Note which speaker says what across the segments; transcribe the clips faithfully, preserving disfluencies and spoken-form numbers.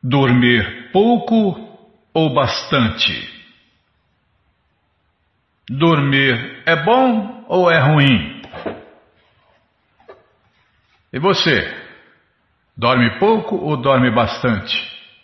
Speaker 1: Dormir pouco ou bastante? Dormir é bom ou é ruim? E você? Dorme pouco ou dorme bastante?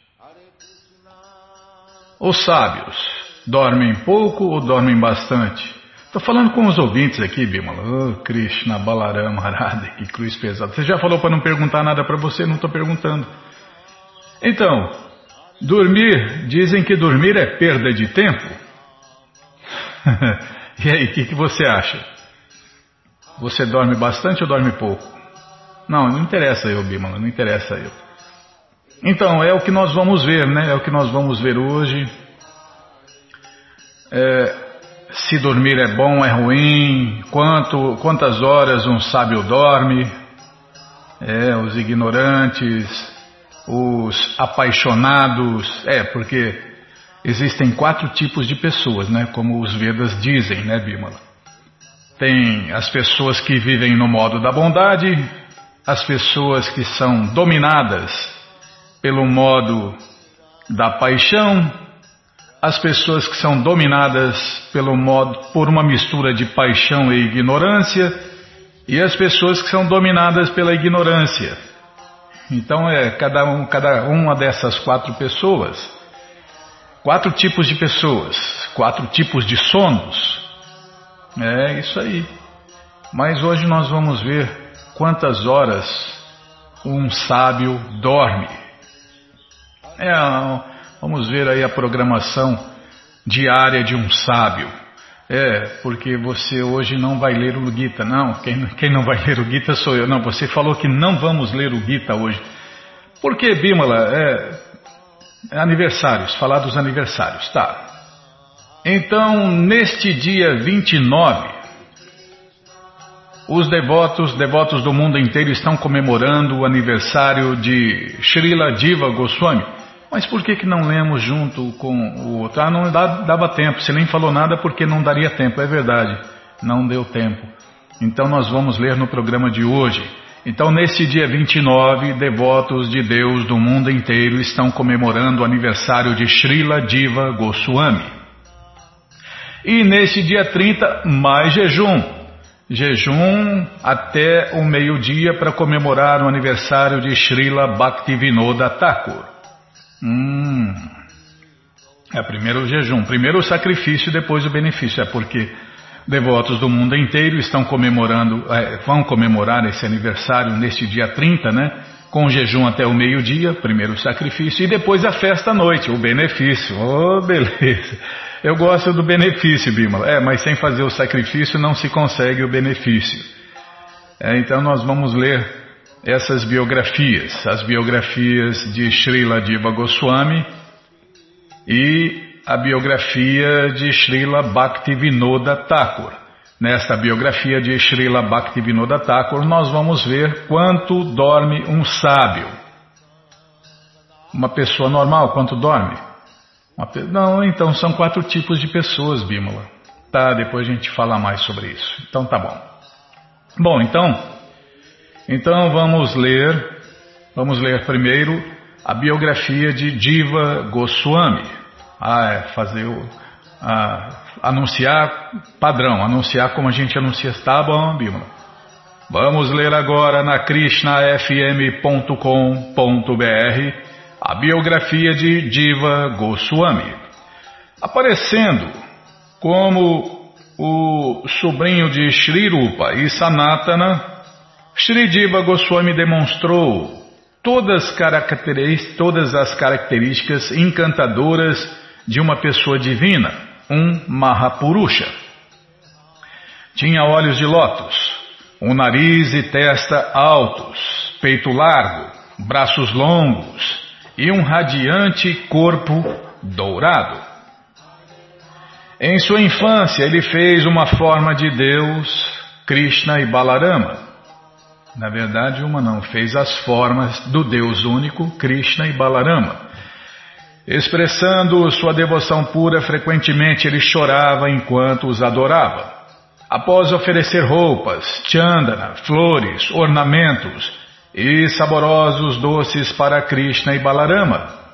Speaker 1: Os sábios, dormem pouco ou dormem bastante? Estou falando com os ouvintes aqui, Bimala. Oh, Krishna, Balarama, Arada, que cruz pesada. Você já falou para não perguntar nada para você, não estou perguntando. Então, dormir, dizem que dormir é perda de tempo. E aí, o que, que você acha? Você dorme bastante ou dorme pouco? Não, não interessa eu, Bimala, não interessa eu. Então, é o que nós vamos ver, né? É o que nós vamos ver hoje. É, se dormir é bom, é ruim, quanto, quantas horas um sábio dorme, é, os ignorantes, os apaixonados, é, porque existem quatro tipos de pessoas, né? Como os Vedas dizem, né, Bimala? Tem as pessoas que vivem no modo da bondade, as pessoas que são dominadas pelo modo da paixão, as pessoas que são dominadas pelo modo, por uma mistura de paixão e ignorância, e as pessoas que são dominadas pela ignorância. Então é cada, um, cada uma dessas quatro pessoas, quatro tipos de pessoas, quatro tipos de sonos. É isso aí. Mas hoje nós vamos ver quantas horas um sábio dorme. É, vamos ver aí a programação diária de um sábio. É, porque você hoje não vai ler o Gita. Não, quem, quem não vai ler o Gita sou eu. Não, você falou que não vamos ler o Gita hoje. Por que, Bimala? É, é aniversários, falar dos aniversários, tá. Então, neste dia vinte e nove, os devotos, devotos do mundo inteiro estão comemorando o aniversário de Srila Jiva Goswami. Mas por que que não lemos junto com o outro? Ah, não dava tempo, você nem falou nada porque não daria tempo, é verdade, não deu tempo. Então nós vamos ler no programa de hoje. Então nesse dia vinte e nove, devotos de Deus do mundo inteiro estão comemorando o aniversário de Srila Jiva Goswami. E nesse dia trinta, mais jejum. Jejum até o meio-dia para comemorar o aniversário de Srila Bhaktivinoda Thakur. Hum, é primeiro o jejum, primeiro o sacrifício e depois o benefício. É porque devotos do mundo inteiro estão comemorando, é, vão comemorar esse aniversário neste dia trinta, né? Com jejum até o meio-dia, primeiro o sacrifício e depois a festa à noite, o benefício. Oh, beleza! Eu gosto do benefício, Bimala. É, mas sem fazer o sacrifício não se consegue o benefício. É, então nós vamos ler essas biografias, as biografias de Srila Jiva Goswami e a biografia de Srila Bhaktivinoda Thakur. Nesta biografia de Srila Bhaktivinoda Thakur nós vamos ver quanto dorme um sábio. Uma pessoa normal, quanto dorme? Uma pe... Não, então são quatro tipos de pessoas, Bimala. Tá, depois a gente fala mais sobre isso. Então tá bom. Bom, então... Então vamos ler, vamos ler primeiro a biografia de Jiva Goswami. Ah, é fazer o, a, anunciar padrão, anunciar como a gente anuncia. Tá bom, Bimala. Vamos ler agora na krishna f m ponto com ponto b r a biografia de Jiva Goswami. Aparecendo como o sobrinho de Sri Rupa e Sanatana, Sri Jiva Goswami demonstrou todas, todas as características encantadoras de uma pessoa divina, um Mahapurusha. Tinha olhos de lótus, um nariz e testa altos, peito largo, braços longos e um radiante corpo dourado. Em sua infância ele fez uma forma de Deus, Krishna e Balarama. Na verdade, uma não, fez as formas do Deus único, Krishna e Balarama. Expressando sua devoção pura, frequentemente ele chorava enquanto os adorava. Após oferecer roupas, chandana, flores, ornamentos e saborosos doces para Krishna e Balarama,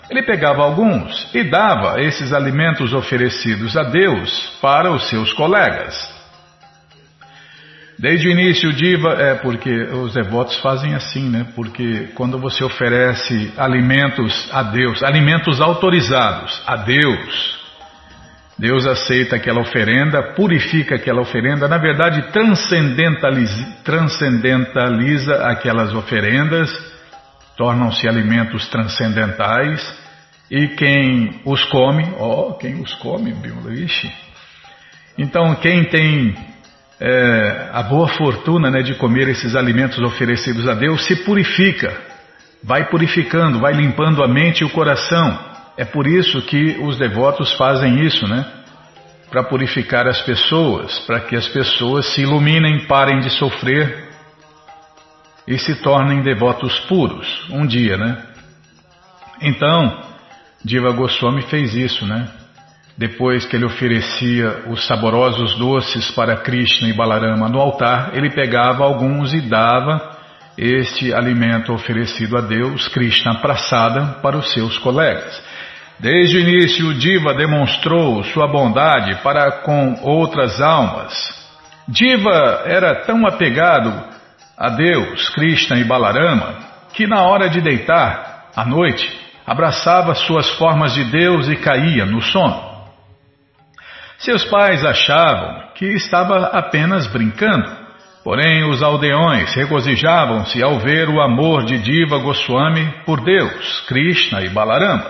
Speaker 1: ele pegava alguns e dava esses alimentos oferecidos a Deus para os seus colegas. Desde o início, Diva, é porque os devotos fazem assim, né? Porque quando você oferece alimentos a Deus, alimentos autorizados a Deus, Deus aceita aquela oferenda, purifica aquela oferenda, na verdade transcendentaliza, transcendentaliza aquelas oferendas, tornam-se alimentos transcendentais, e quem os come, ó, oh, quem os come, ixi. Então quem tem é, a boa fortuna, né, de comer esses alimentos oferecidos a Deus, se purifica, vai purificando, vai limpando a mente e o coração. É por isso que os devotos fazem isso, né? Para purificar as pessoas, para que as pessoas se iluminem, parem de sofrer e se tornem devotos puros, um dia, né? Então, Jiva Goswami fez isso, né? Depois que ele oferecia os saborosos doces para Krishna e Balarama no altar, ele pegava alguns e dava este alimento oferecido a Deus, Krishna Prasada, para os seus colegas. Desde o início, Jiva demonstrou sua bondade para com outras almas. Jiva era tão apegado a Deus, Krishna e Balarama, que na hora de deitar, à noite, abraçava suas formas de Deus e caía no sono. Seus pais achavam que estava apenas brincando, porém os aldeões regozijavam-se ao ver o amor de Jiva Goswami por Deus, Krishna e Balarama.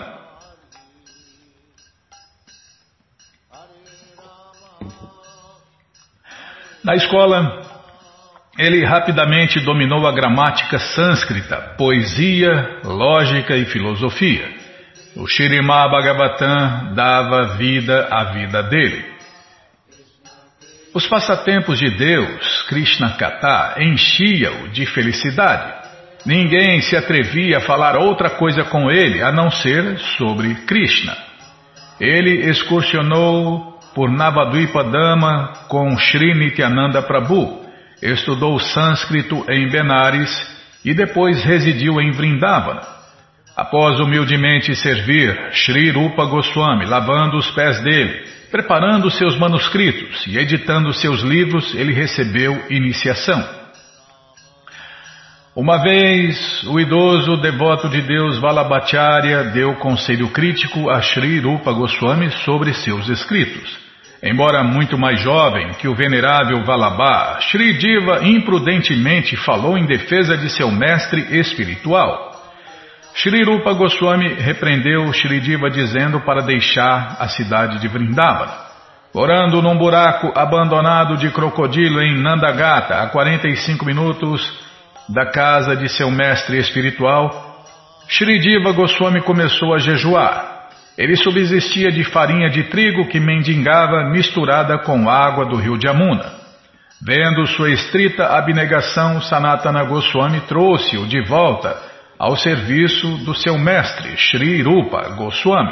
Speaker 1: Na escola, ele rapidamente dominou a gramática sânscrita, poesia, lógica e filosofia. O Śrīmad Bhagavatam dava vida à vida dele. Os passatempos de Deus, Krishna Katha, enchia-o de felicidade. Ninguém se atrevia a falar outra coisa com ele a não ser sobre Krishna. Ele excursionou por Navadvipadama com Sri Nityananda Prabhu, estudou sânscrito em Benares e depois residiu em Vrindavana. Após humildemente servir Sri Rupa Goswami, lavando os pés dele, preparando seus manuscritos e editando seus livros, ele recebeu iniciação. Uma vez, o idoso devoto de Deus Vallabhacharya deu conselho crítico a Sri Rupa Goswami sobre seus escritos. Embora muito mais jovem que o venerável Vallabha, Sri Jiva imprudentemente falou em defesa de seu mestre espiritual. Sri Rupa Goswami repreendeu Sri Jiva dizendo para deixar a cidade de Vrindavana. Morando num buraco abandonado de crocodilo em Nandagata, a quarenta e cinco minutos da casa de seu mestre espiritual, Sri Jiva Goswami começou a jejuar. Ele subsistia de farinha de trigo que mendigava misturada com água do rio Jamuna. Vendo sua estrita abnegação, Sanatana Goswami trouxe-o de volta ao serviço do seu mestre, Sri Rupa Goswami.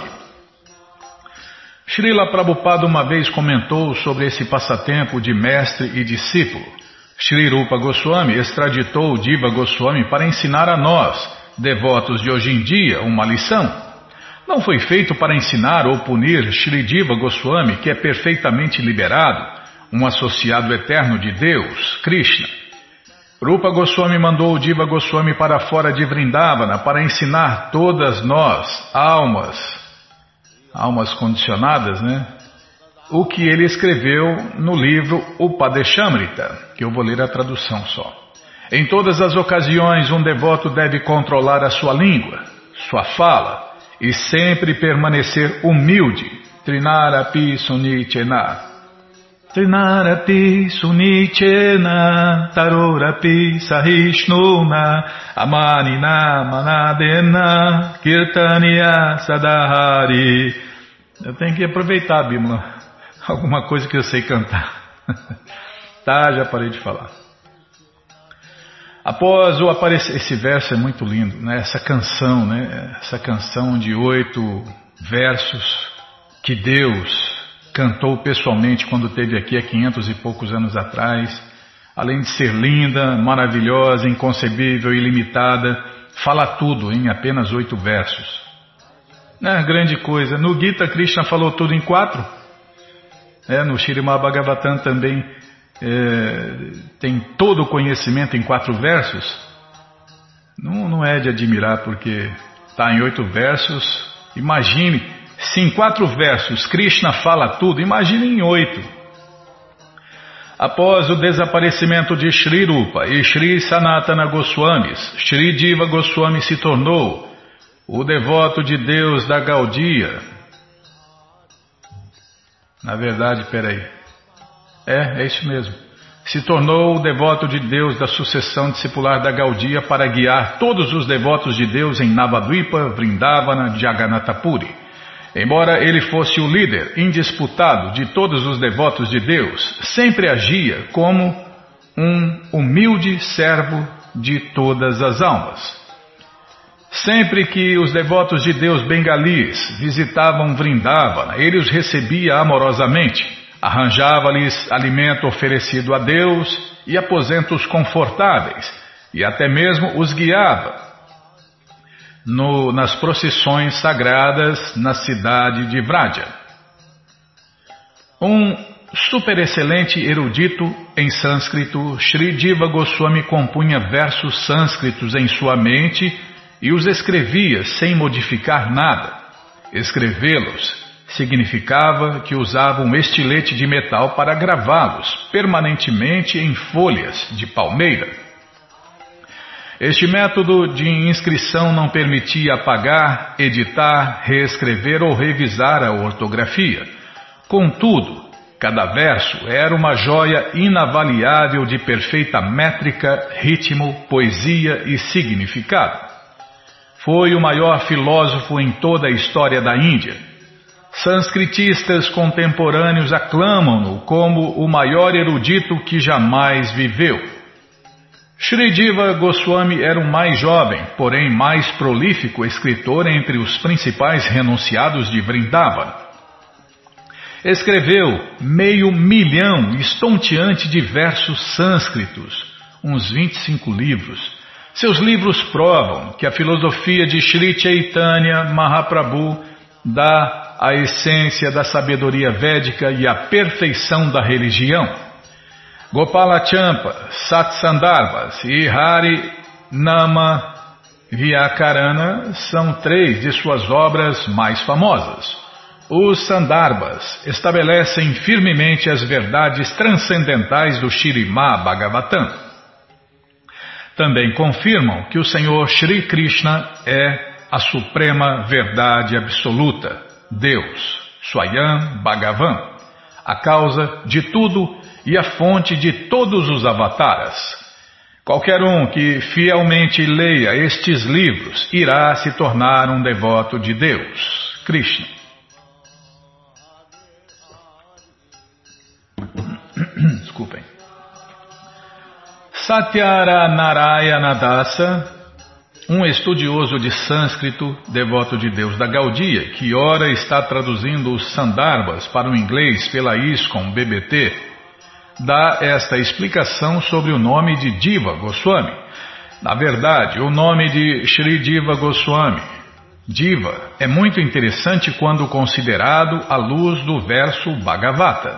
Speaker 1: Srila Prabhupada uma vez comentou sobre esse passatempo de mestre e discípulo. Sri Rupa Goswami extraditou Jiva Goswami para ensinar a nós, devotos de hoje em dia, uma lição. Não foi feito para ensinar ou punir Sri Jiva Goswami, que é perfeitamente liberado, um associado eterno de Deus, Krishna. Rupa Goswami mandou Jiva Goswami para fora de Vrindavana para ensinar todas nós, almas, almas condicionadas, né? O que ele escreveu no livro Upadeshamrita, que eu vou ler a tradução só. Em todas as ocasiões, um devoto deve controlar a sua língua, sua fala, e sempre permanecer humilde. Trinarapi sunichena. Trinarapi sunichena. Tarorapi sahishnuna. Amanina manadena. Kirtaniya sadahari. Eu tenho que aproveitar, Bimala, alguma coisa que eu sei cantar. Tá, já parei de falar. Após o aparecer, esse verso é muito lindo, né? Essa canção, né? Essa canção de oito versos que Deus cantou pessoalmente quando esteve aqui há quinhentos e poucos anos atrás. Além de ser linda, maravilhosa, inconcebível, ilimitada, fala tudo em apenas oito versos. É grande coisa. No Gita, Krishna falou tudo em quatro. É, no Śrīmad Bhagavatam também é, tem todo o conhecimento em quatro versos. Não, não é de admirar, porque está em oito versos. Imagine, se em quatro versos Krishna fala tudo, imagine em oito. Após o desaparecimento de Shri Rupa e Shri Sanatana Goswamis, Shri Jiva Goswami se tornou o devoto de Deus da Gaudiya. Na verdade, peraí. É, é isso mesmo. Se tornou o devoto de Deus da sucessão discipular da Gaudiya para guiar todos os devotos de Deus em Navadvipa, Vrindavana, Jagannatha Puri. Embora ele fosse o líder indisputado de todos os devotos de Deus, sempre agia como um humilde servo de todas as almas. Sempre que os devotos de Deus bengalis visitavam Vrindavana, ele os recebia amorosamente, arranjava-lhes alimento oferecido a Deus e aposentos confortáveis, e até mesmo os guiava No, nas procissões sagradas na cidade de Vraja. Um super excelente erudito em sânscrito, Shri Jiva Goswami compunha versos sânscritos em sua mente e os escrevia sem modificar nada. Escrevê-los significava que usava um estilete de metal para gravá-los permanentemente em folhas de palmeira. Este método de inscrição não permitia apagar, editar, reescrever ou revisar a ortografia. Contudo, cada verso era uma joia inavaliável de perfeita métrica, ritmo, poesia e significado. Foi o maior filósofo em toda a história da Índia. Sânscritistas contemporâneos aclamam-no como o maior erudito que jamais viveu. Shri Jiva Goswami era o mais jovem, porém mais prolífico escritor entre os principais renunciados de Vrindavana. Escreveu meio milhão estonteante de versos sânscritos, uns vinte e cinco livros. Seus livros provam que a filosofia de Shri Chaitanya Mahaprabhu dá a essência da sabedoria védica e a perfeição da religião. Gopala Champa, Satsandarbhas e Hari Nama Vyakarana são três de suas obras mais famosas. Os Sandarbhas estabelecem firmemente as verdades transcendentais do Śrīmad Bhagavatam. Também confirmam que o Senhor Shri Krishna é a suprema verdade absoluta, Deus, Swayam Bhagavan, a causa de tudo e a fonte de todos os avataras. Qualquer um que fielmente leia estes livros irá se tornar um devoto de Deus, Krishna. Desculpem. Satyaranarayana Dasa, um estudioso de sânscrito, devoto de Deus da Gaudiya, que ora está traduzindo os Sandarbhas para o inglês pela ISKCON B B T, dá esta explicação sobre o nome de Jiva Goswami. Na verdade, o nome de Shri Jiva Goswami, Jiva, é muito interessante quando considerado à luz do verso Bhagavata.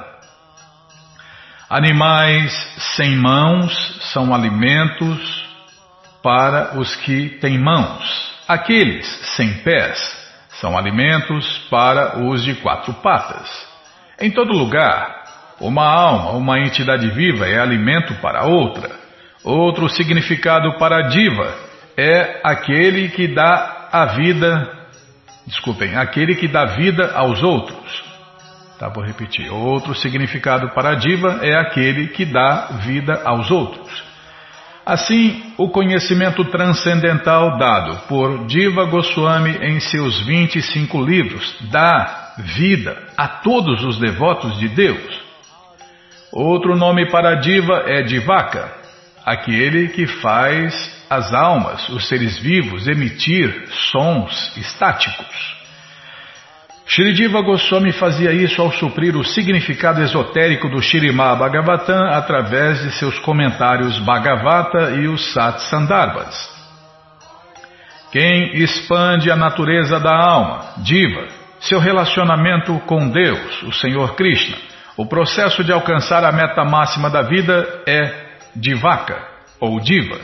Speaker 1: Animais sem mãos são alimentos para os que têm mãos. Aqueles sem pés são alimentos para os de quatro patas. Em todo lugar, uma alma, uma entidade viva é alimento para outra. Outro significado para Jiva é aquele que dá a vida, desculpem, aquele que dá vida aos outros. Tá, vou repetir. Outro significado para Jiva é aquele que dá vida aos outros. Assim, o conhecimento transcendental dado por Jiva Goswami em seus vinte e cinco livros dá vida a todos os devotos de Deus. Outro nome para Jiva é Jivaka, aquele que faz as almas, os seres vivos, emitir sons estáticos. Shri Jiva Goswami fazia isso ao suprir o significado esotérico do Śrīmad Bhagavatam através de seus comentários Bhagavata e os Satsandarbhas. quem expande a natureza da alma, Diva, seu relacionamento com Deus, o Senhor Krishna. O processo de alcançar a meta máxima da vida é Divaka, ou Diva.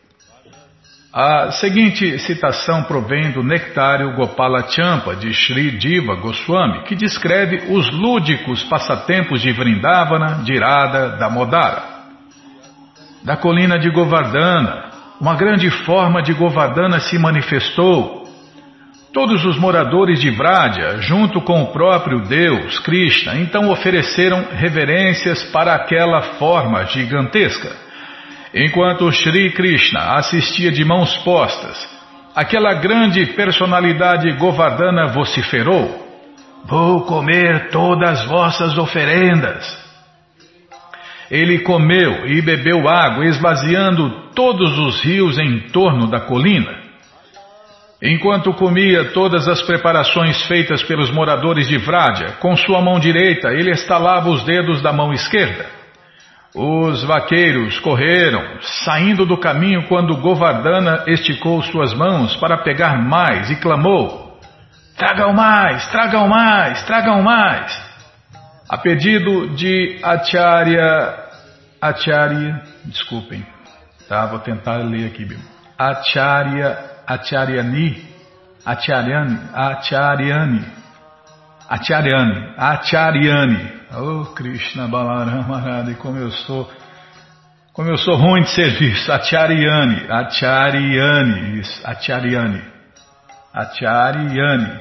Speaker 1: A seguinte citação provém do Nectário Gopala Champa, de Sri Diva Goswami, que descreve os lúdicos passatempos de Vrindavana, de Radha, Damodara. Da colina de Govardhana, uma grande forma de Govardhana se manifestou. Todos os moradores de Vraja, junto com o próprio Deus, Krishna, então ofereceram reverências para aquela forma gigantesca. Enquanto Shri Krishna assistia de mãos postas, aquela grande personalidade Govardhana vociferou: vou comer todas as vossas oferendas. Ele comeu e bebeu água, esvaziando todos os rios em torno da colina. Enquanto comia todas as preparações feitas pelos moradores de Vraja, com sua mão direita ele estalava os dedos da mão esquerda. Os vaqueiros correram, saindo do caminho quando Govardhana esticou suas mãos para pegar mais e clamou: tragam mais, tragam mais, tragam mais. A pedido de Acharya, Acharya, desculpem, tá, vou tentar ler aqui, viu? Acharya, Acharyani, Acharyani, Acharyani, Acharyani, Acharyani. Oh, Krishna Balarama Radha, como eu sou, como eu sou ruim de serviço. Acharyani, Acharyani, isso, Acharyani, Acharyani.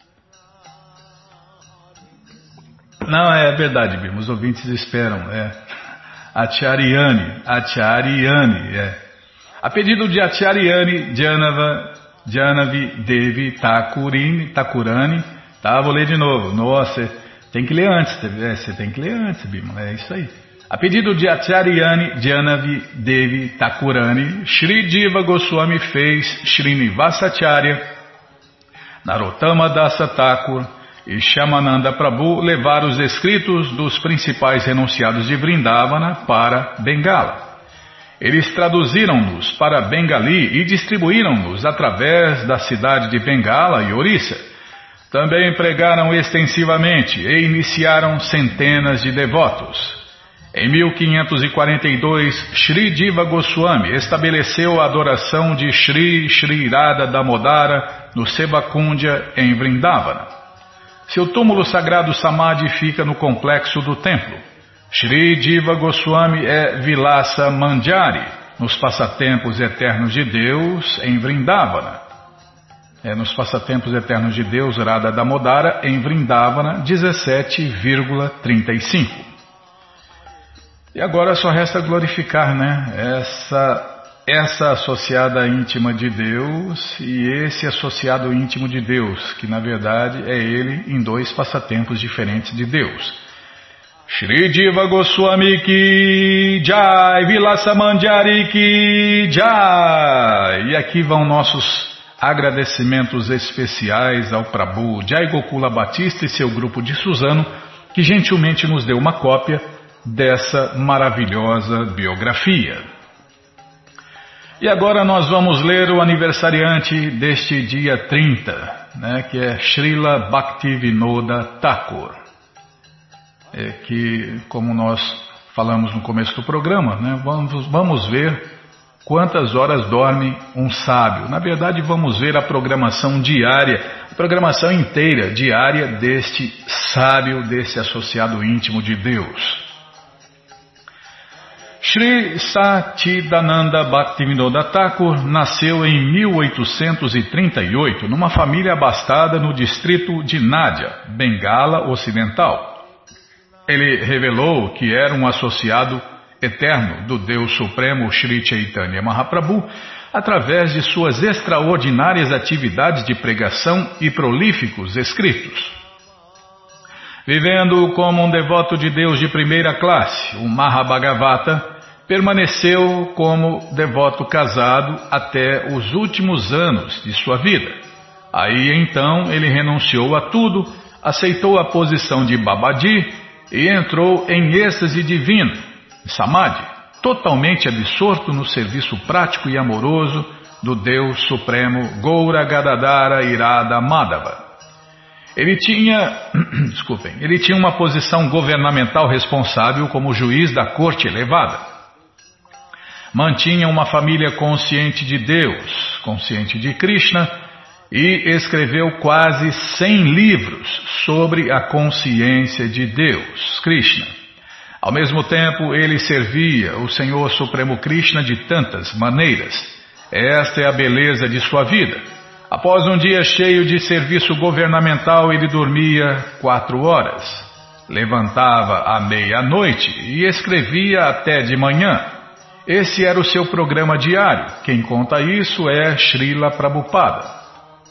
Speaker 1: Não, é verdade, Bima, os ouvintes esperam, é. Acharyani, Acharyani, é. A pedido de Acharyani, Janava, Janavi Devi Thakurini, Thakurani, tá, vou ler de novo, nossa, tem que ler antes, é, você tem que ler antes, Bima, é isso aí. A pedido de Acharyani, Janavi Devi Thakurani, Shri Diva Goswami fez Srinivasacharya, Narottama Dasa Thakur e Shamananda Prabhu levar os escritos dos principais renunciados de Vrindavana para Bengala. Eles traduziram-nos para Bengali e distribuíram-nos através da cidade de Bengala e Orissa. Também pregaram extensivamente e iniciaram centenas de devotos. Em mil quinhentos e quarenta e dois, Shri Diva Goswami estabeleceu a adoração de Shri Shri Radha Damodara no Sebakundya em Vrindavana. Seu túmulo sagrado Samadhi fica no complexo do templo. Shri Diva Goswami é Vilasa Manjari, nos passatempos eternos de Deus em Vrindavana. É, nos passatempos eternos de Deus, Radha Damodara, em Vrindavana, dezessete vírgula trinta e cinco. E agora só resta glorificar, né? Essa, essa associada íntima de Deus e esse associado íntimo de Deus, que na verdade é ele em dois passatempos diferentes de Deus. Shri Diva Goswami Ki Jai, Vilasa Manjari Ki Jai. E aqui vão nossos agradecimentos especiais ao Prabhu Jai Gokula Batista e seu grupo de Suzano, que gentilmente nos deu uma cópia dessa maravilhosa biografia. E agora nós vamos ler o aniversariante deste dia trinta, né, que é Srila Bhaktivinoda Thakur, é, que, como nós falamos no começo do programa, né, vamos, vamos ver quantas horas dorme um sábio. Na verdade, vamos ver a programação diária, a programação inteira diária deste sábio, desse associado íntimo de Deus. Shri Satchidananda Bhaktivinoda Thakur nasceu em mil oitocentos e trinta e oito numa família abastada no distrito de Nadia, Bengala Ocidental. Ele revelou que era um associado eterno do Deus Supremo Shri Chaitanya Mahaprabhu através de suas extraordinárias atividades de pregação e prolíficos escritos. Vivendo como um devoto de Deus de primeira classe, o Mahabhagavata permaneceu como devoto casado até os últimos anos de sua vida. Aí então ele renunciou a tudo, aceitou a posição de Babaji e entrou em êxtase divino, Samadhi, totalmente absorto no serviço prático e amoroso do Deus Supremo Gaura Gadadhara Irada Madhava. Ele tinha, desculpem, ele tinha uma posição governamental responsável como juiz da corte elevada. Mantinha uma família consciente de Deus, consciente de Krishna, e escreveu quase cem livros sobre a consciência de Deus, Krishna. Ao mesmo tempo, ele servia o Senhor Supremo Krishna de tantas maneiras. Esta é a beleza de sua vida. Após um dia cheio de serviço governamental, ele dormia quatro horas. Levantava à meia-noite e escrevia até de manhã. Esse era o seu programa diário. Quem conta isso é Srila Prabhupada.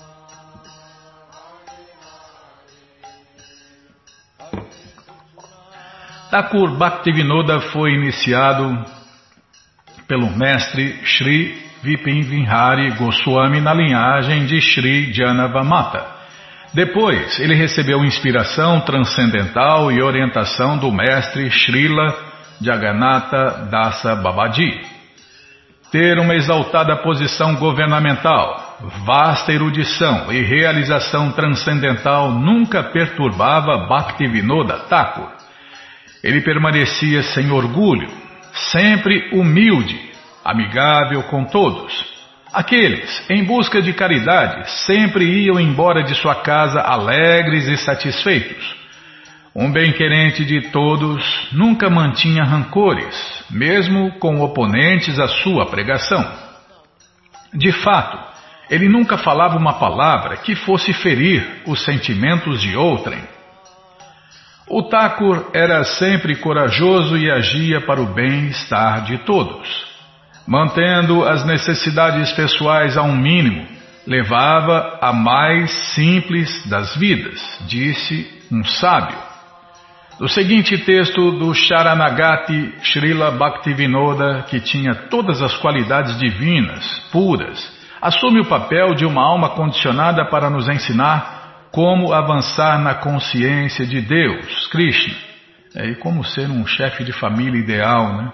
Speaker 1: Thakur Bhaktivinoda foi iniciado pelo mestre Sri Vipin Vihari Goswami na linhagem de Sri Janavamata. Depois, ele recebeu inspiração transcendental e orientação do mestre Srila Jagannatha Dasa Babaji. Ter uma exaltada posição governamental, vasta erudição e realização transcendental nunca perturbava Bhaktivinoda Thakur. Ele permanecia sem orgulho, sempre humilde, amigável com todos. Aqueles, em busca de caridade, sempre iam embora de sua casa alegres e satisfeitos. Um bem-querente de todos, nunca mantinha rancores, mesmo com oponentes à sua pregação. De fato, ele nunca falava uma palavra que fosse ferir os sentimentos de outrem. O Thakur era sempre corajoso e agia para o bem-estar de todos. Mantendo as necessidades pessoais a um mínimo, levava a mais simples das vidas, disse um sábio. No seguinte texto do Sharanagati Srila Bhaktivinoda, que tinha todas as qualidades divinas, puras, assume o papel de uma alma condicionada para nos ensinar como avançar na consciência de Deus, Krishna, e como ser um chefe de família ideal, né?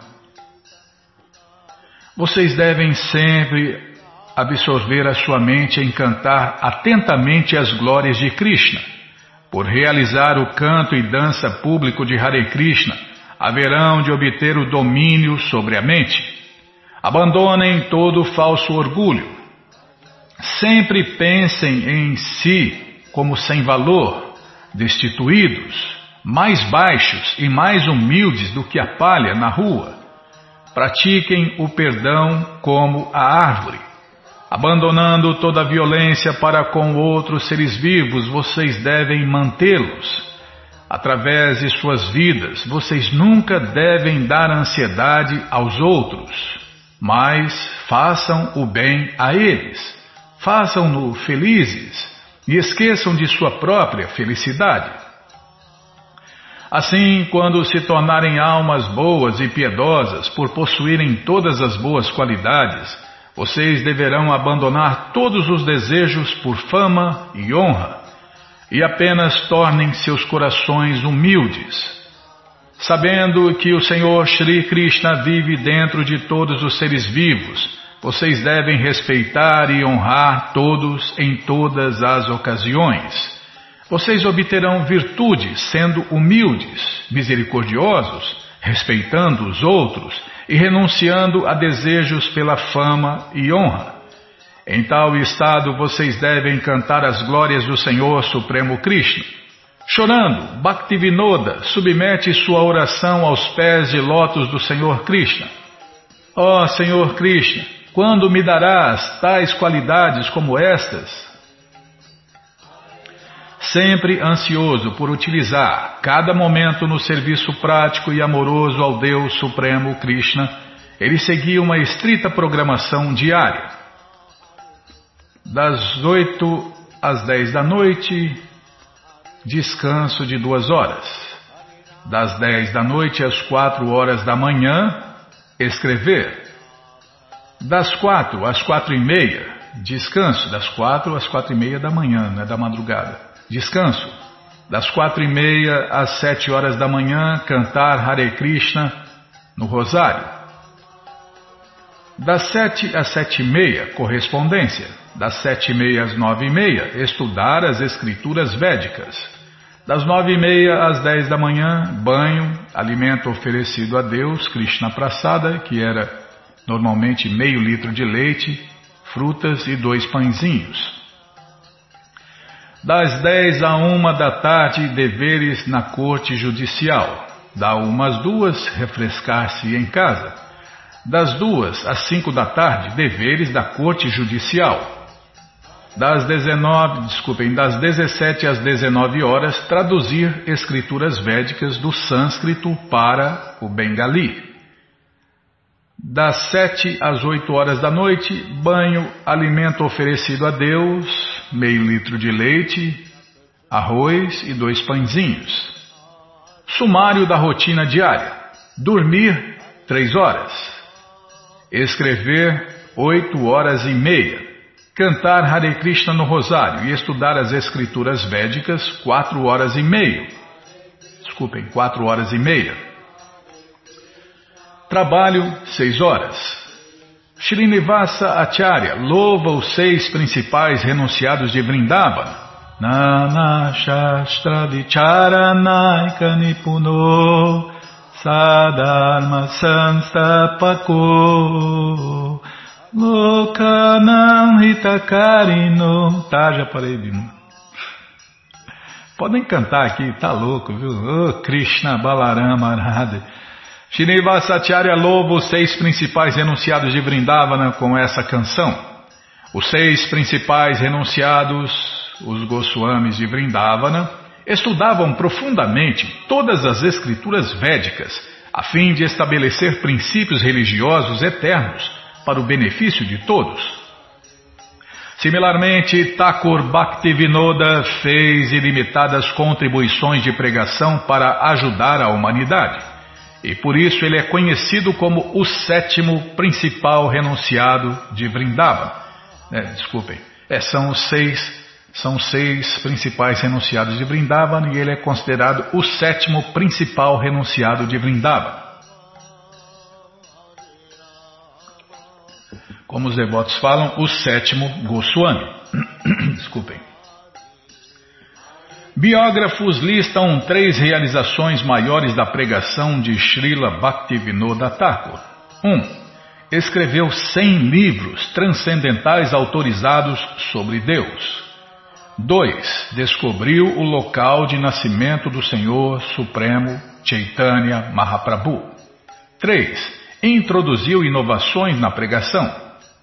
Speaker 1: Vocês devem sempre absorver a sua mente em cantar atentamente as glórias de Krishna. Por realizar o canto e dança público de Hare Krishna, haverão de obter o domínio sobre a mente. Abandonem todo falso orgulho. Sempre pensem em si como sem valor, destituídos, mais baixos e mais humildes do que a palha na rua. Pratiquem o perdão como a árvore. Abandonando toda a violência para com outros seres vivos, vocês devem mantê-los. Através de suas vidas, vocês nunca devem dar ansiedade aos outros, mas façam o bem a eles. Façam-no felizes. E esqueçam de sua própria felicidade. Assim, quando se tornarem almas boas e piedosas por possuírem todas as boas qualidades, vocês deverão abandonar todos os desejos por fama e honra e apenas tornem seus corações humildes. Sabendo que o Senhor Shri Krishna vive dentro de todos os seres vivos, vocês devem respeitar e honrar todos em todas as ocasiões. Vocês obterão virtude sendo humildes, misericordiosos, respeitando os outros e renunciando a desejos pela fama e honra. Em tal estado, vocês devem cantar as glórias do Senhor Supremo Krishna. Chorando, Bhaktivinoda submete sua oração aos pés de lótus do Senhor Krishna. Ó Senhor Krishna, quando me darás tais qualidades como estas? Sempre ansioso por utilizar cada momento no serviço prático e amoroso ao Deus Supremo Krishna, ele seguia uma estrita programação diária. Das oito às dez da noite, descanso de duas horas. Das dez da noite às quatro horas da manhã, escrever. Das quatro às quatro e meia, descanso. Das quatro às quatro e meia da manhã, não é da madrugada. Descanso. Das quatro e meia às sete horas da manhã, cantar Hare Krishna no rosário. Das sete às sete e meia, correspondência. Das sete e meia às nove e meia, estudar as escrituras védicas. Das nove e meia às dez da manhã, banho, alimento oferecido a Deus, Krishna Prasada, que era normalmente meio litro de leite, frutas e dois pãezinhos. Das dez a uma da tarde, deveres na corte judicial. Da uma às duas, refrescar-se em casa. Das duas às cinco da tarde, deveres da corte judicial. Das dezenove, desculpem, das dezessete às dezenove horas, traduzir escrituras védicas do sânscrito para o bengali. Das sete às oito horas da noite, banho, alimento oferecido a Deus, meio litro de leite, arroz e dois pãezinhos. Sumário da rotina diária. Dormir, três horas. Escrever, oito horas e meia. Cantar Hare Krishna no rosário e estudar as escrituras védicas, quatro horas e meia. Desculpem, quatro horas e meia. Trabalho, seis horas. Srinivasa Acharya louva os seis principais renunciados de Vrindavana. Nana Shastra Vicharanaika Nipuno Sadharma Sanstapako Lokanam Hitakarino. Tá, já parei, Bima. Podem cantar aqui, tá louco, viu? Oh, Krishna Balarama Radha. Srinivasa Acharya louva os seis principais renunciados de Vrindavana com essa canção. Os seis principais renunciados, os Goswamis de Vrindavana, estudavam profundamente todas as escrituras védicas, a fim de estabelecer princípios religiosos eternos para o benefício de todos. Similarmente, Thakur Bhaktivinoda fez ilimitadas contribuições de pregação para ajudar a humanidade, e por isso ele é conhecido como o sétimo principal renunciado de Vrindavana. É, desculpem, é, são os seis, são os seis principais renunciados de Vrindavana e ele é considerado o sétimo principal renunciado de Vrindavana. Como os devotos falam, o sétimo Goswami. Desculpem. Biógrafos listam três realizações maiores da pregação de Srila Bhaktivinoda Thakur. um. Escreveu cem livros transcendentais autorizados sobre Deus. dois. Descobriu o local de nascimento do Senhor Supremo Chaitanya Mahaprabhu. três. Introduziu inovações na pregação.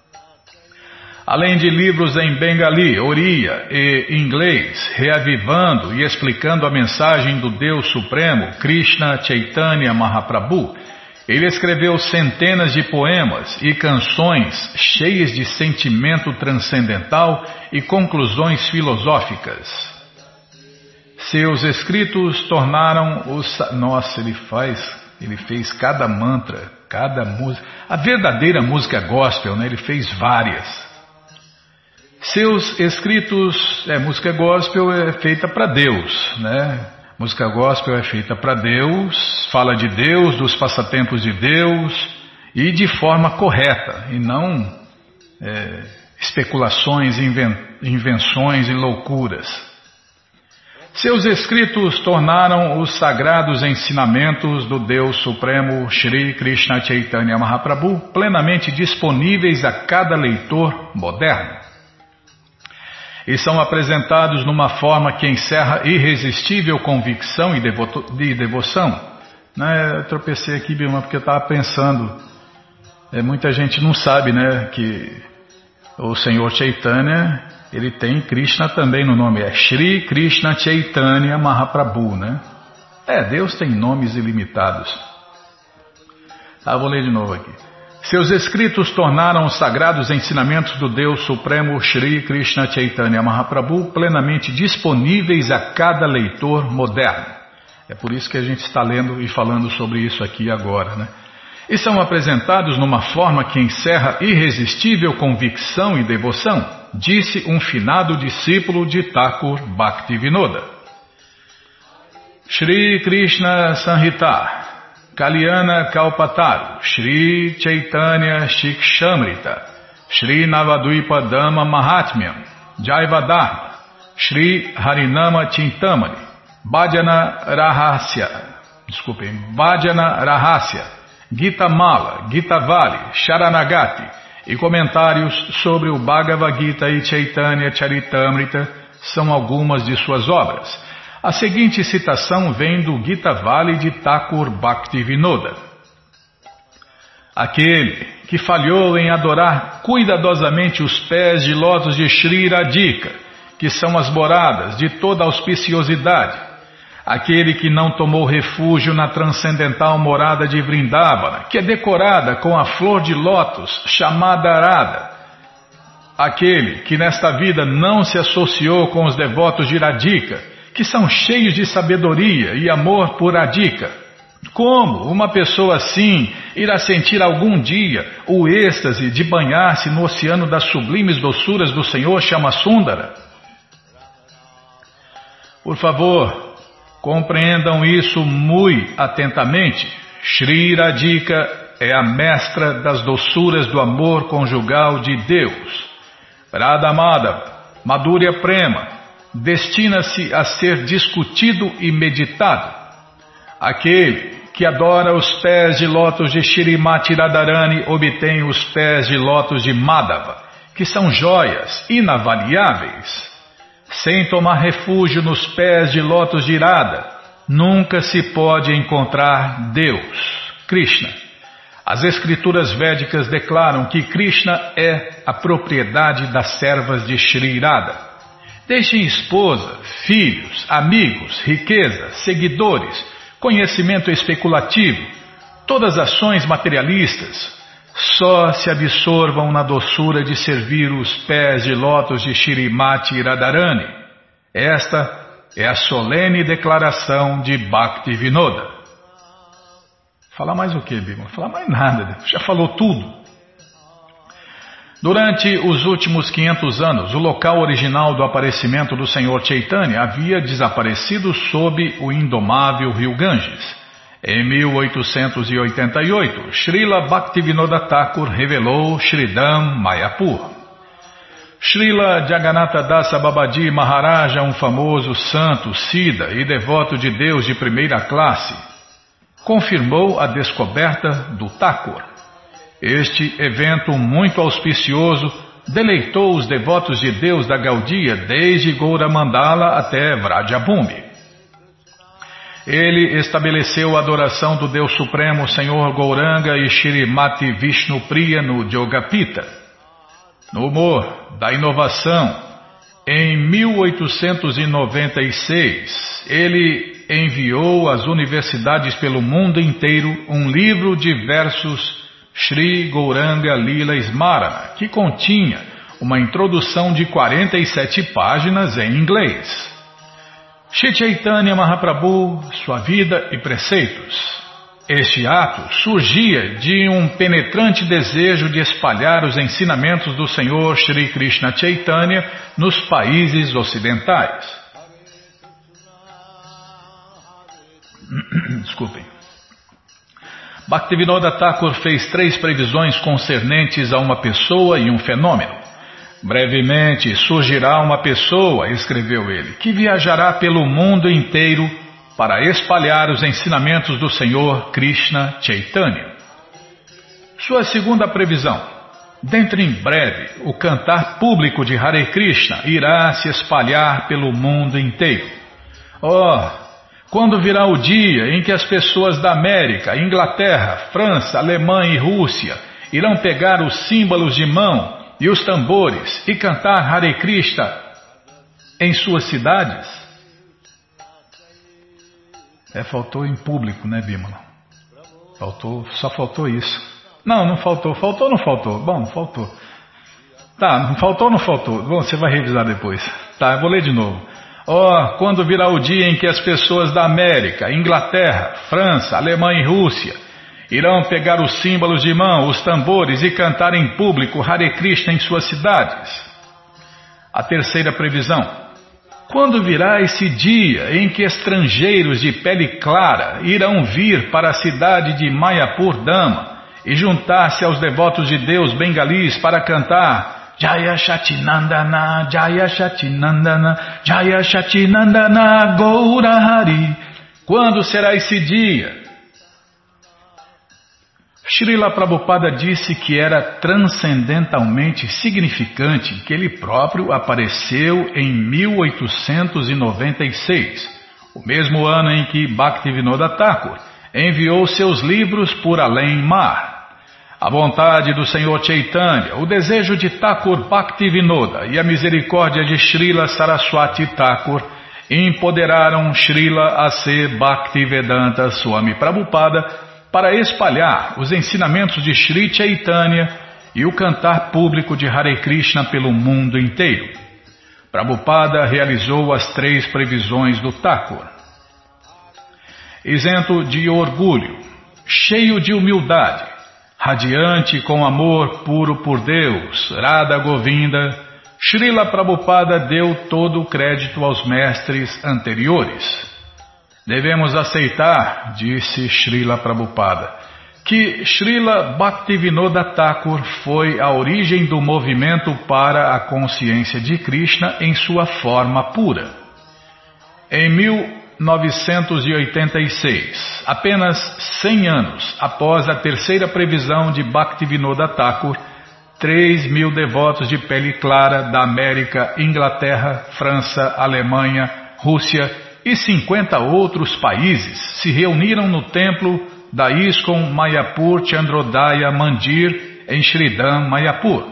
Speaker 1: Além de livros em bengali, oriya e inglês, reavivando e explicando a mensagem do Deus Supremo, Krishna Chaitanya Mahaprabhu, ele escreveu centenas de poemas e canções cheias de sentimento transcendental e conclusões filosóficas. Seus escritos tornaram os... Nossa, ele faz, ele fez cada mantra, cada música, a verdadeira música gospel, né? Ele fez várias. Seus escritos, é, música gospel é feita para Deus, né? Música gospel é feita para Deus, fala de Deus, dos passatempos de Deus e de forma correta, e não é, especulações, inven, invenções e loucuras. Seus escritos tornaram os sagrados ensinamentos do Deus Supremo Shri Krishna Chaitanya Mahaprabhu plenamente disponíveis a cada leitor moderno. E são apresentados numa forma que encerra irresistível convicção e, devoto, e devoção. Né, eu tropecei aqui, Bilma, porque eu estava pensando, é, muita gente não sabe, né, que o Senhor Chaitanya, ele tem Krishna também no nome, é Shri Krishna Chaitanya Mahaprabhu, né? É, Deus tem nomes ilimitados. Ah, vou ler de novo aqui. Seus escritos tornaram os sagrados ensinamentos do Deus Supremo Shri Krishna Chaitanya Mahaprabhu plenamente disponíveis a cada leitor moderno. É por isso que a gente está lendo e falando sobre isso aqui agora, né? E são apresentados numa forma que encerra irresistível convicção e devoção, disse um finado discípulo de Thakur Bhaktivinoda. Shri Krishna Samhita, Kalyana Kalpataru, Shri Chaitanya Shikshamrita, Shri Navadvipa Dhamma Mahatmyam, Jaiva Dharma, Shri Harinama Chintamani, Bhajana Rahasya, desculpem, Bhajana Rahasya, Gita Mala, Gita Vali, Sharanagati e comentários sobre o Bhagavad Gita e Chaitanya Charitamrita são algumas de suas obras. A seguinte citação vem do Gita Vali de Thakur Bhaktivinoda. Aquele que falhou em adorar cuidadosamente os pés de lótus de Shri Radhika, que são as moradas de toda auspiciosidade, aquele que não tomou refúgio na transcendental morada de Vrindavana, que é decorada com a flor de lótus chamada Arada, aquele que nesta vida não se associou com os devotos de Radhika, que são cheios de sabedoria e amor por Radhika. Como uma pessoa assim irá sentir algum dia o êxtase de banhar-se no oceano das sublimes doçuras do Senhor Shamasundara? Por favor, compreendam isso muito atentamente. Shri Radhika é a mestra das doçuras do amor conjugal de Deus. Radha Madhava, Madhurya Prema, destina-se a ser discutido e meditado. Aquele que adora os pés de lótus de Shrimati Radharani obtém os pés de lótus de Madhava, que são joias inavaliáveis. Sem tomar refúgio nos pés de lótus de Radha, nunca se pode encontrar Deus, Krishna. As escrituras védicas declaram que Krishna é a propriedade das servas de Shri Radha. Deixem esposa, filhos, amigos, riqueza, seguidores, conhecimento especulativo, todas as ações materialistas, só se absorvam na doçura de servir os pés de lótus de Shrimati Radharani. Esta é a solene declaração de Bhaktivinoda. Falar mais o que, Bima? Falar mais nada, já falou tudo. Durante os últimos quinhentos anos, o local original do aparecimento do Senhor Chaitanya havia desaparecido sob o indomável rio Ganges. Em mil oitocentos e oitenta e oito, Srila Bhaktivinoda Thakur revelou Sridham Mayapur. Srila Jagannatha Dasa Babaji Maharaja, um famoso santo, Siddha e devoto de Deus de primeira classe, confirmou a descoberta do Thakur. Este evento muito auspicioso deleitou os devotos de Deus da Gaudiya desde Gaura Mandala até Vrajabhumi. Ele estabeleceu a adoração do Deus Supremo Senhor Gauranga e Shrimati Vishnupriya no Jogapita. No humor da inovação, em mil oitocentos e noventa e seis, ele enviou às universidades pelo mundo inteiro um livro de versos Shri Gauranga Lila Smarana, que continha uma introdução de quarenta e sete páginas em inglês. Shri Chaitanya Mahaprabhu, sua vida e preceitos. Este ato surgia de um penetrante desejo de espalhar os ensinamentos do Senhor Shri Krishna Chaitanya nos países ocidentais. Desculpem. Bhaktivinoda Thakur fez três previsões concernentes a uma pessoa e um fenômeno. Brevemente surgirá uma pessoa, escreveu ele, que viajará pelo mundo inteiro para espalhar os ensinamentos do Senhor Krishna Chaitanya. Sua segunda previsão: dentro em breve, o cantar público de Hare Krishna irá se espalhar pelo mundo inteiro. Oh! Quando virá o dia em que as pessoas da América, Inglaterra, França, Alemanha e Rússia irão pegar os símbolos de mão e os tambores e cantar Hare Krishna em suas cidades? É, faltou em público, né, Bímola? Faltou, só faltou isso. Não, não faltou. Faltou ou não faltou? Bom, faltou. Tá, não faltou ou não faltou? Bom, você vai revisar depois. Tá, eu vou ler de novo. Oh, quando virá o dia em que as pessoas da América, Inglaterra, França, Alemanha e Rússia irão pegar os símbolos de mão, os tambores e cantar em público Hare Krishna em suas cidades. A terceira previsão: Quando virá esse dia em que estrangeiros de pele clara irão vir para a cidade de Mayapur Dhama e juntar-se aos devotos de Deus bengalis para cantar Jaya Shatinandana, Jaya Shatinandana, Jaya Shatinandana, Gaura Hari? Quando será esse dia? Srila Prabhupada disse que era transcendentalmente significante que ele próprio apareceu em mil oitocentos e noventa e seis, o mesmo ano em que Bhaktivinoda Thakur enviou seus livros por além-mar. A vontade do Senhor Chaitanya, o desejo de Thakur Bhaktivinoda e a misericórdia de Srila Saraswati Thakur empoderaram Srila A C Bhaktivedanta Swami Prabhupada para espalhar os ensinamentos de Sri Chaitanya e o cantar público de Hare Krishna pelo mundo inteiro. Prabhupada realizou as três previsões do Thakur. Isento de orgulho, cheio de humildade, radiante com amor puro por Deus, Radha Govinda, Srila Prabhupada deu todo o crédito aos mestres anteriores. Devemos aceitar, disse Srila Prabhupada, que Srila Bhaktivinoda Thakur foi a origem do movimento para a consciência de Krishna em sua forma pura. Em mil novecentos e oitenta e seis, apenas cem anos após a terceira previsão de Bhaktivinoda Thakur, três mil devotos de pele clara da América, Inglaterra, França, Alemanha, Rússia e cinquenta outros países se reuniram no templo da ISKCON Mayapur Chandrodaya Mandir em Shridham, Mayapur.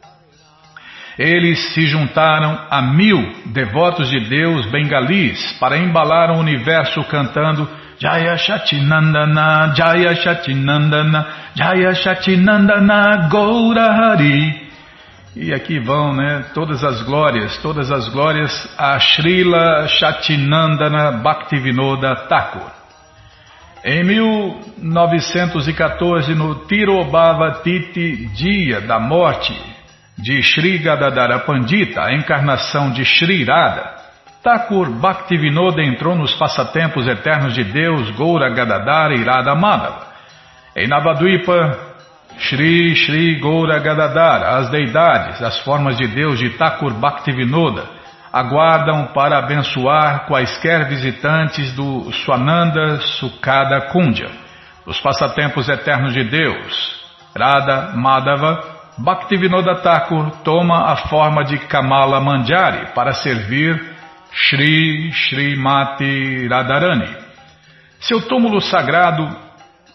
Speaker 1: Eles se juntaram a mil devotos de Deus bengalis para embalar o universo cantando Jaya Shatinandana, Jaya Shatinandana, Jaya Shatinandana, Gaura Hari. E aqui vão, né, todas as glórias, todas as glórias a Srila Shatinandana Bhaktivinoda Thakur. Em mil novecentos e quatorze, no Tirobhava Titi, dia da morte de Sri Gadadhara Pandita, a encarnação de Sri Radha, Thakur Bhaktivinoda entrou nos passatempos eternos de Deus, Gaura Gadadhara e Radha Madhava. Em Navadvipa, Shri Shri Gaura Gadadhara, as deidades, as formas de Deus de Thakur Bhaktivinoda, aguardam para abençoar quaisquer visitantes do Swananda Sukada Kundya. Os passatempos eternos de Deus, Radha Madhava, Bhaktivinoda Thakur toma a forma de Kamala Manjari para servir Shri Shri Mati Radharani. Seu túmulo sagrado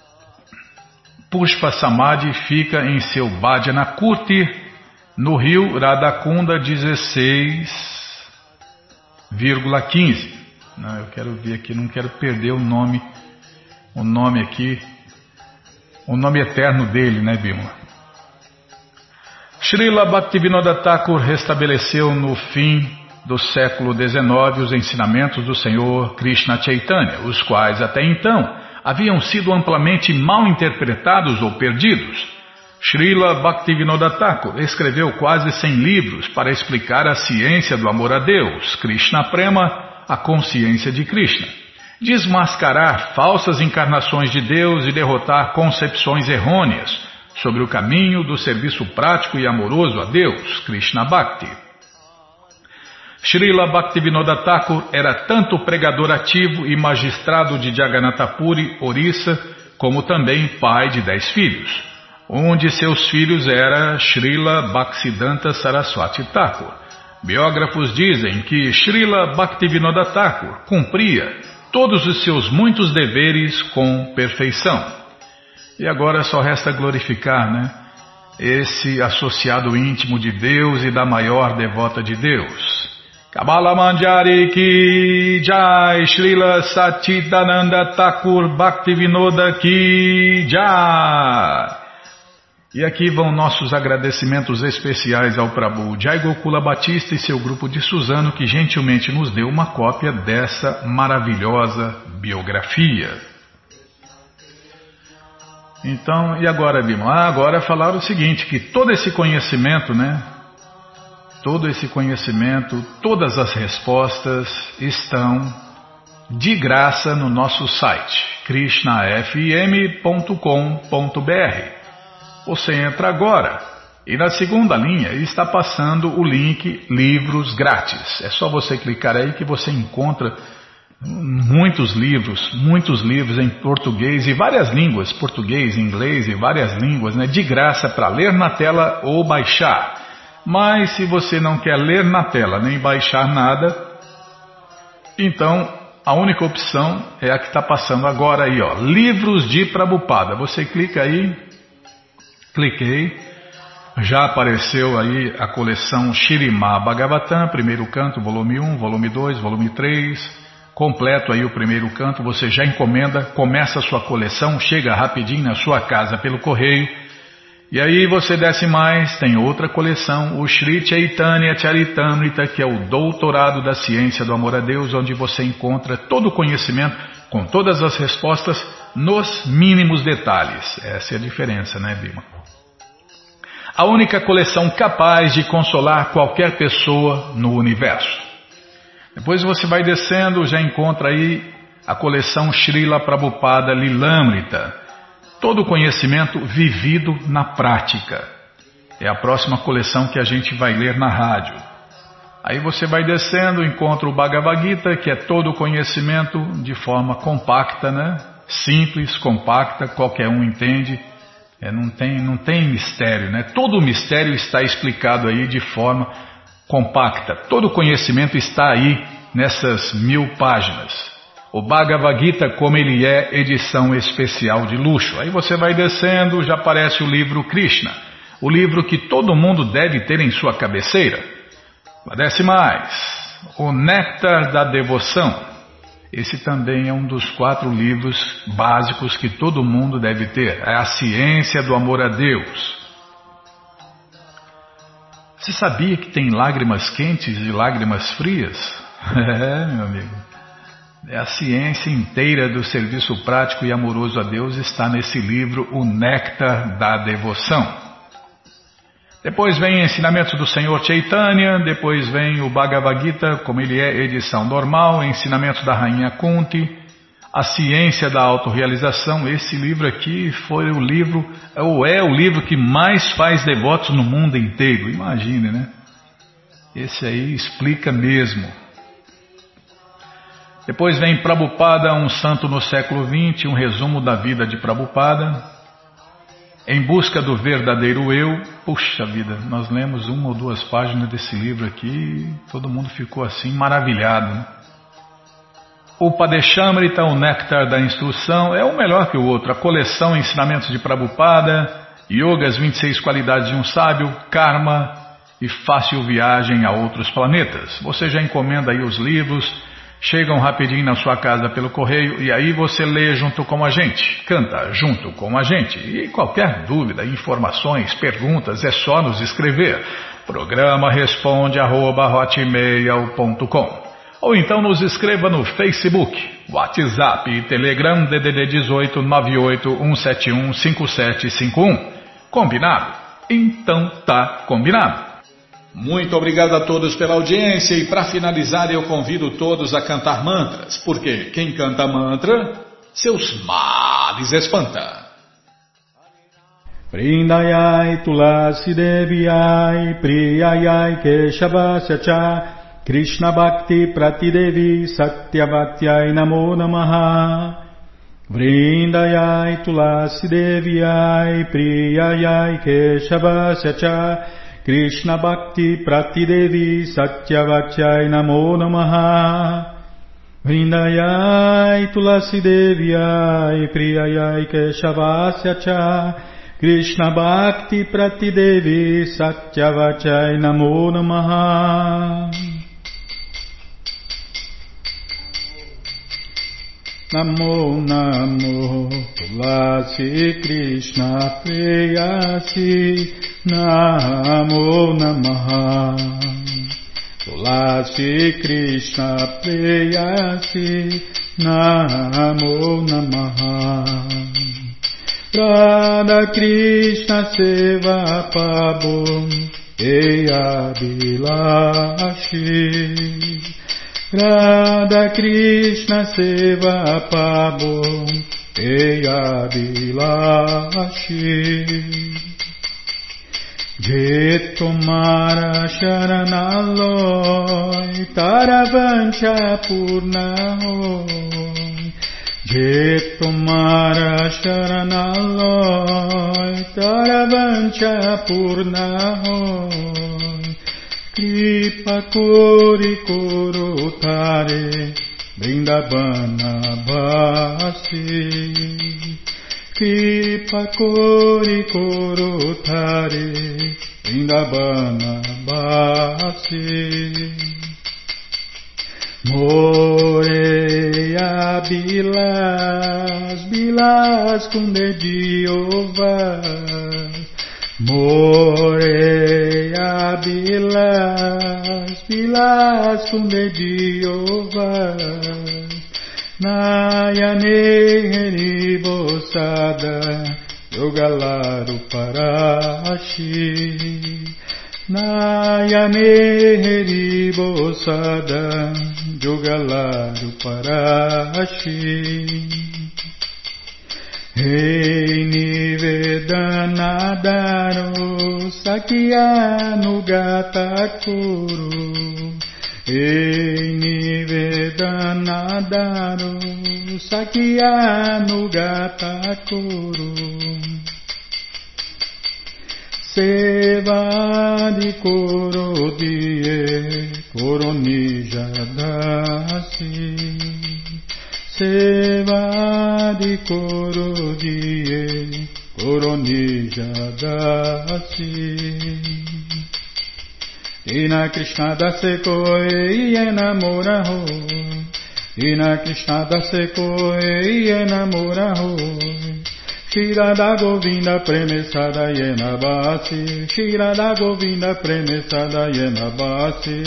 Speaker 1: Pushpa Samadhi fica em seu Bhajana Kurti, no rio Radhakunda dezesseis vírgula quinze. Não, eu quero ver aqui, não quero perder o nome, o nome aqui, o nome eterno dele, né, Bima? Srila Bhaktivinoda Thakur restabeleceu no fim do século dezenove os ensinamentos do Senhor Krishna Chaitanya, os quais até então haviam sido amplamente mal interpretados ou perdidos. Srila Bhaktivinoda Thakur escreveu quase cem livros para explicar a ciência do amor a Deus, Krishna Prema, a consciência de Krishna, desmascarar falsas encarnações de Deus e derrotar concepções errôneas sobre o caminho do serviço prático e amoroso a Deus, Krishna Bhakti. Srila Bhaktivinoda Thakur era tanto pregador ativo e magistrado de Jagannatha Puri, Orissa, como também pai de dez filhos. Um de seus filhos era Srila Bhaktisiddhanta Saraswati Thakur. Biógrafos dizem que Srila Bhaktivinoda Thakur cumpria todos os seus muitos deveres com perfeição. E agora só resta glorificar, né, esse associado íntimo de Deus e da maior devota de Deus. Kamala Manjari Ki Jai, Srila Satchidananda Thakur Bhaktivinoda Ki Jai. E aqui vão nossos agradecimentos especiais ao Prabhu Jai Gokula Batista e seu grupo de Suzano, que gentilmente nos deu uma cópia dessa maravilhosa biografia. Então, e agora, Bima? Ah, agora falaram o seguinte, que todo esse conhecimento, né, Todo esse conhecimento, todas as respostas estão de graça no nosso site, krishna f m ponto com ponto b r. Você entra agora e na segunda linha está passando o link Livros Grátis. É só você clicar aí que você encontra muitos livros, muitos livros em português e várias línguas, português, inglês e várias línguas, né, de graça para ler na tela ou baixar. Mas se você não quer ler na tela nem baixar nada, então a única opção é a que está passando agora aí, ó, Livros de Prabhupada. Você clica aí, cliquei, já apareceu aí a coleção Śrīmad Bhagavatam, primeiro canto, volume um, volume dois, volume três, completo aí o primeiro canto, você já encomenda, começa a sua coleção, chega rapidinho na sua casa pelo correio. E aí você desce mais, tem outra coleção, o Shri Chaitanya Charitamrita, que é o doutorado da ciência do amor a Deus, onde você encontra todo o conhecimento, com todas as respostas, nos mínimos detalhes. Essa é a diferença, né, Bima? A única coleção capaz de consolar qualquer pessoa no universo. Depois você vai descendo, já encontra aí a coleção Srila Prabhupada Lilamrita. Todo o conhecimento vivido na prática. É a próxima coleção que a gente vai ler na rádio. Aí você vai descendo, encontra o Bhagavad Gita, que é todo o conhecimento de forma compacta, né? Simples, compacta, qualquer um entende. É, não tem, não tem mistério, né? Todo o mistério está explicado aí de forma compacta. Todo o conhecimento está aí nessas mil páginas. O Bhagavad Gita, como ele é, edição especial de luxo. Aí você vai descendo, já aparece o livro Krishna, o livro que todo mundo deve ter em sua cabeceira. Desce mais, o Néctar da Devoção. Esse também é um dos quatro livros básicos que todo mundo deve ter. É a ciência do amor a Deus. Você sabia que tem lágrimas quentes e lágrimas frias? É, meu amigo. A ciência inteira do serviço prático e amoroso a Deus está nesse livro, O Néctar da Devoção. Depois vem Ensinamentos do Senhor Chaitanya, depois vem o Bhagavad Gita, como ele é, edição normal, Ensinamentos da Rainha Kunti, A Ciência da Autorrealização. Esse livro aqui foi o livro, ou é o livro que mais faz devotos no mundo inteiro, imagine, né? Esse aí explica mesmo. Depois vem Prabhupada, um santo no século vinte, um resumo da vida de Prabhupada. Em busca do verdadeiro eu. Puxa vida, nós lemos uma ou duas páginas desse livro aqui e todo mundo ficou assim maravilhado, né? O Padeshamrita, o Néctar da Instrução, é um melhor que o outro. A coleção Ensinamentos de Prabhupada, Yoga, as vinte e seis qualidades de um sábio, Karma e Fácil Viagem a Outros Planetas. Você já encomenda aí os livros. Chegam rapidinho na sua casa pelo correio e aí você lê junto com a gente, canta junto com a gente. E qualquer dúvida, informações, perguntas, é só nos escrever. Programa responde arroba hotmail ponto com. Ou então nos escreva no Facebook, WhatsApp e Telegram D D D dezoito nove oito um sete um cinco sete cinco um. Combinado? Então tá combinado. Muito obrigado a todos pela audiência e para finalizar eu convido todos a cantar mantras, porque quem canta mantra, seus males espanta.
Speaker 2: Vrindayai Tulasi Deviyai Priyayai Keshavasya Cha Krishna Bhakti Pratidevi Satyavatyai Namo Namaha. Vrindayai Tulasi Deviyai Priyayai Keshavasya Cha Krishna Bhakti Pratidevi Satyavachyai Namo Namaha. Vrindayai Tulasi Deviyai Priyayai Keshavasya Cha Krishna Bhakti Pratidevi Satyavachyai Namo Namaha. Namo Namo Tulasi Krishna Preyasi Namo Namaha Tulasi Krishna Preyasi Namo Namaha Radha Krishna Seva Pabho Eya Bilashi Radha Krishna Seva Pabo Eya Bilashi Je Tomara Sharanaloy Taravancha Purnahoy Je Tomara Sharanaloy Taravancha Purnahoy Kripa Kori Korotare Vrindavana Bhasi Kripa Kori Korotare Vrindavana Bhasi Moreia Bilas Bilas Kunde Jeová Moreia Bilas Bilas Kunde Jeová Nayane Heribosada Yogalaru Parashi Nayane Heribosada Yogalaru Parashi Rei Nivedanadaro Sakyanuga Thakuru Rei Nivedanadaro Sakyanuga Thakuru Seva di Korodie Koronijadasi Seva di Korodie Koronijadasi Ina Krishna dase koi enamora ho Ina Krishna dase koi enamora ho Shira da Govinda Premesada Yena Basi Shira da Govinda Premesada Yena Basi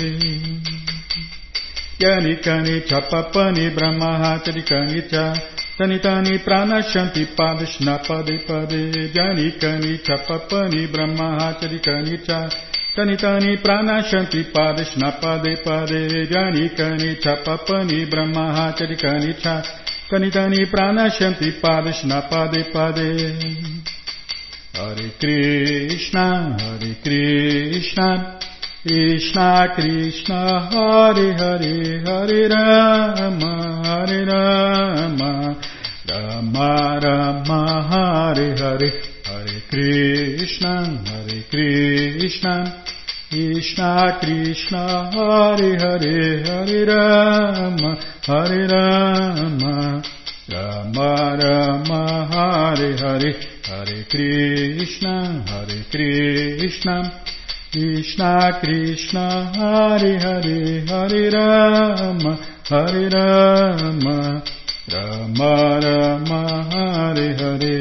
Speaker 2: Yani Kani Chapapani Brahma Chadikani Cha Tani Tani Prana Shanti Padishna Pade Pade Yani Kani Chapapani Brahma Chadikani Cha Tani Tani Prana Shanti Padishna Pade Pade Yani Kani Chapapani Brahma Chadikani Cha Tani Tani Prana Shanti Padishna Pade Pade Hare Krishna Hare Krishna Krishna Krishna Hare Hare Hare Rama Hare Rama Rama Rama Hare Hare Hare Krishna Hare Krishna Krishna Krishna Hare Hare Hare Rama Hare Rama Rama Rama Hare Hare Hare Krishna Hare Krishna Krishna Krishna Hare Hare Hare Rama Hare Rama Rama Rama Hare Hare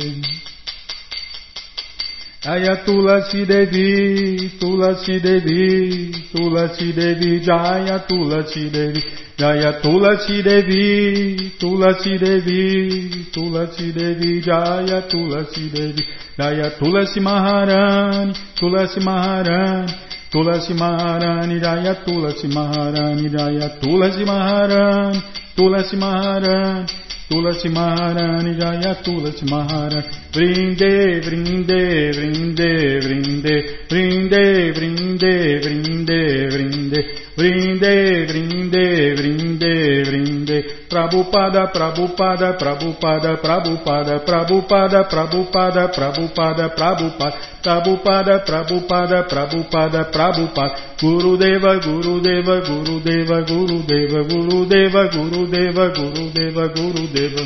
Speaker 2: Jaya Tulasi Devi Tulasi Devi Tulasi Devi Jaya Tulasi Devi Jaya Tulasi Devi Tulasi Devi Tulasi Devi Jaya Tulasi Devi Jaya Tulasi Maharani Tulasi Maharani Tulasi Maharani Jaya Tulasi Maharani Jaya Tulasi Maharani Tulasi Maharani Tulasi Maharani Jaya Tulasi Maharani Vrinde Vrinde Vrinde Vrinde Vrinde Vrinde Vrinde Vrinde Vrinde Vrinde Vrinde Vrinde Prabhupada Prabhupada Prabhupada Prabhupada Prabhupada Prabhupada Prabhupada Prabhupada Prabhupada Prabhupada Prabhupada Prabhupada Gurudeva Gurudeva Gurudeva Gurudeva Gurudeva Gurudeva Gurudeva Gurudeva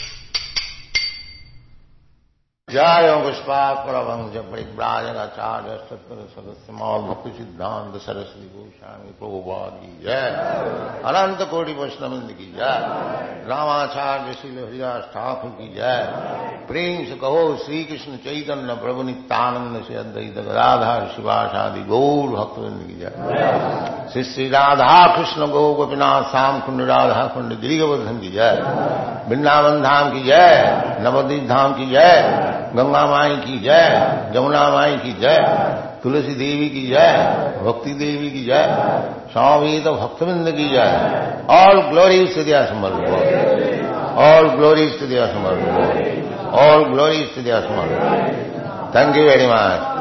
Speaker 3: Jaya Pushpa Paravamja Parikbrajana Acharya Sattva Sadasyamal Bhakti Siddhanta Saraswati Goswami Prabhupada Ki Jai Ananta Koti Vaishnavanda Ki Jai Ramacharya Srila Haridas Thakur Ki Jai Prem Se Kaho Sri Krishna Chaitanya Prabhu Nityananda Se Advaita Gadadhar Shivasadi Gaur Bhaktivinoda Ki Jai Sri Sri Radha Krishna Gaur Gopinath Sam Kund Radha Kund Girigavardhan Ki Jai Vrindavan Dham Ki Jai Navadvip Dham Ki Jai Ganga Mai Ki Jai Jamuna Mai Ki Jai तुलसी देवी की जय, भक्ति देवी की जय, स्वामी तो भक्तविंद की जय. All glories to the Assembled Lord. All glories to the Assembled Lord. All glories to the Assembled Lord. Thank you very much.